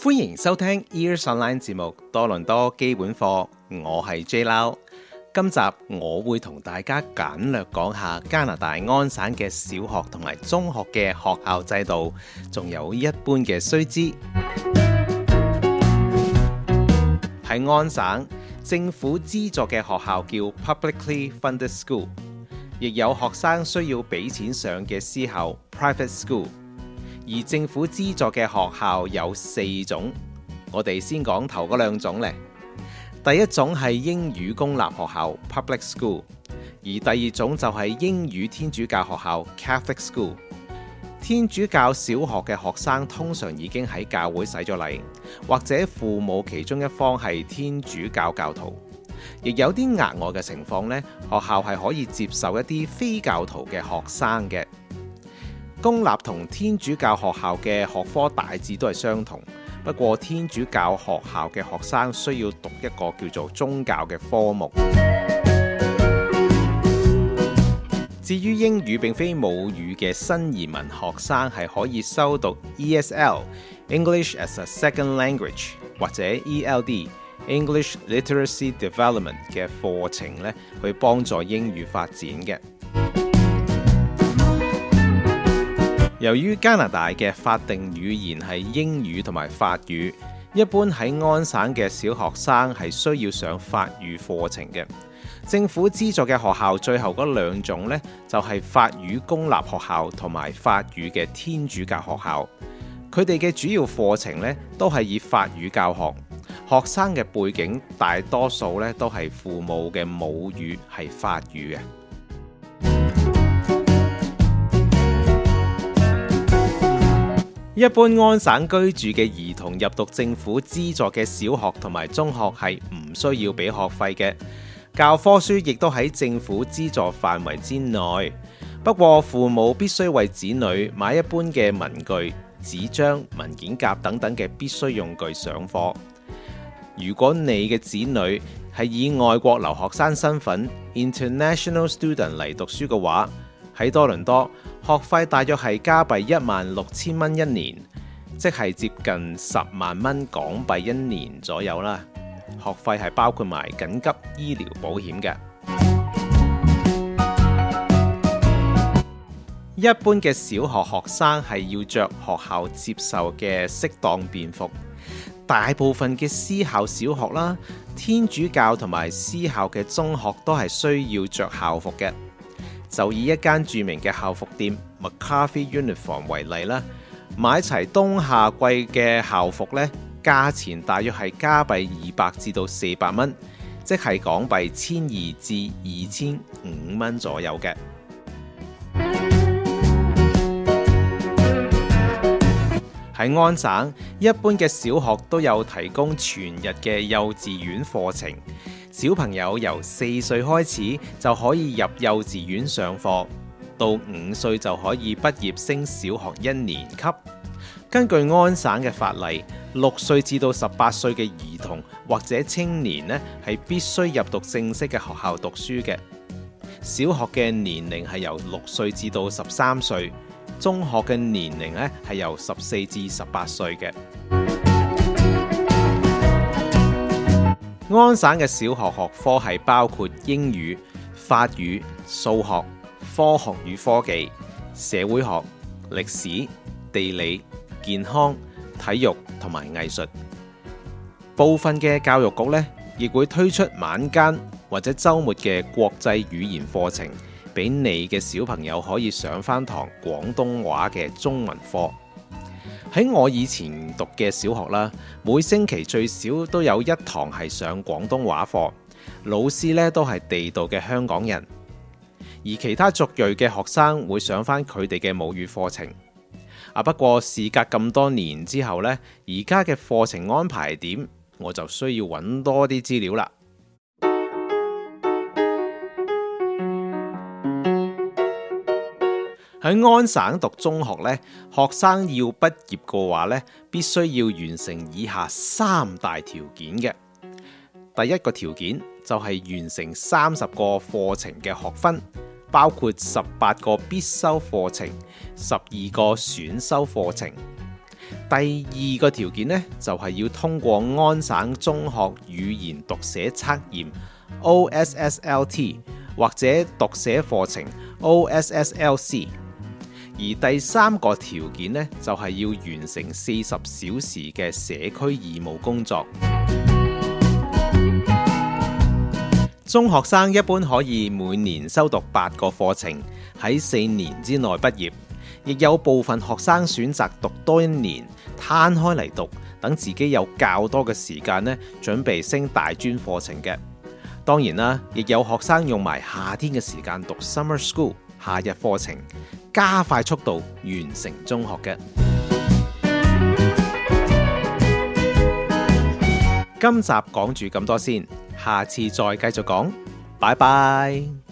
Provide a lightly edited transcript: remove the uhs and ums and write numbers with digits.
歡迎收聽 Ears Online 節目多倫多基本課，我係 J Lau。今集我會同大家簡略講下加拿大安省嘅小學同埋中學嘅學校制度，仲有一般嘅須知。喺安省，政府資助嘅學校叫 Publicly Funded School， 亦有學生需要俾錢上嘅私校 Private School。而政府資助嘅學校有4種，我哋先講頭嗰2種咧。第一種係英語公立學校 Public School， 而第2種就係英語天主教學校 Catholic School。天主教小學嘅學生通常已經喺教會洗咗禮，或者父母其中一方係天主教教徒，亦有啲額外嘅情況呢，學校係可以接受一啲非教徒嘅學生嘅。公立同天主教學校嘅學科大致都係相同，不過天主教學校嘅學生需要讀一個叫做宗教嘅科目。至於英語並非母語嘅新移民學生係可以修讀 ESL English as a Second Language 或者 ELD English Literacy Development 嘅課程咧，去幫助英語發展嘅。由於加拿大嘅法定語言係英語同埋法語，一般喺安省嘅小學生係需要上法語課程嘅。政府資助嘅學校最後嗰2種呢，就係法語公立學校同埋法語嘅天主教學校。佢哋嘅主要課程呢，都係以法語教學，學生嘅背景大多數呢，都係父母嘅母語係法語嘅。一般安省居住嘅兒童入讀政府資助嘅小學同埋中學係唔需要俾學費嘅，教科書亦都喺政府資助範圍之內。不過父母必須為子女買一般嘅文具、紙張、文件夾等等嘅必須用具上課。如果你嘅子女係以外國留學生身份 International Student 嚟讀書嘅話，喺多倫多學費大約係加幣16,000蚊一年，即係接近10萬蚊港幣一年左右啦。學費係包括埋緊急醫療保險嘅。一般嘅小學學生係要着學校接受嘅適當便服，大部分嘅私校小學啦、天主教同埋私校嘅中學都係需要着校服嘅。就以一間著名嘅校服店 McCarthy Uniform 為例啦，買齊冬夏季嘅校服呢，價錢大約係加幣200至到400蚊，即係港幣1200至2500蚊左右嘅。喺安省，一般嘅小學都有提供全日嘅幼稚園課程。小朋友由4歲開始就可以入幼稚園上課，到5歲就可以畢業升小學1年級。根據安省嘅法例，6歲至到18歲嘅兒童或者青年呢，係必須入讀正式嘅學校讀書嘅。小學嘅年齡係由6歲至到13歲，中學嘅年齡呢係由14至18歲嘅。安省嘅小學學科係包括英語、法語、數學、科學與科技、社會學、歷史、地理、健康、體育同埋藝術。部分嘅教育局呢，亦會推出晚間或者週末嘅國際語言課程，俾你嘅小朋友可以上返堂廣東話嘅中文課。喺我以前讀嘅小學啦，每星期最少都有1堂係上廣東話課，老師呢都係地道嘅香港人，而其他族裔嘅學生會上返佢哋嘅母語課程。不過事隔咁多年之後呢，而家嘅課程安排點，我就需要揾多啲資料啦。喺安省讀中學呢，學生要畢業嘅話呢，必須要完成以下3大條件嘅。第一個條件就係完成30個課程嘅學分，包括18個必修課程、12個選修課程。 第二個條件呢，就係要通過安省中學語言讀寫測驗 OSSLT 或者讀寫課程 OSSLC。而第三個條件呢，就係要完成40小時嘅社區義務工作。中學生一般可以每年修讀8個課程，喺4年之內畢業。亦有部分學生選擇讀多1年，攤開嚟讀，等自己有較多嘅時間呢，準備升大專課程嘅。當然啦，亦有學生用埋夏天嘅時間讀 Summer School 夏日課程，加快速度完成中學嘅。今集講住咁多先，下次再繼續講，拜拜。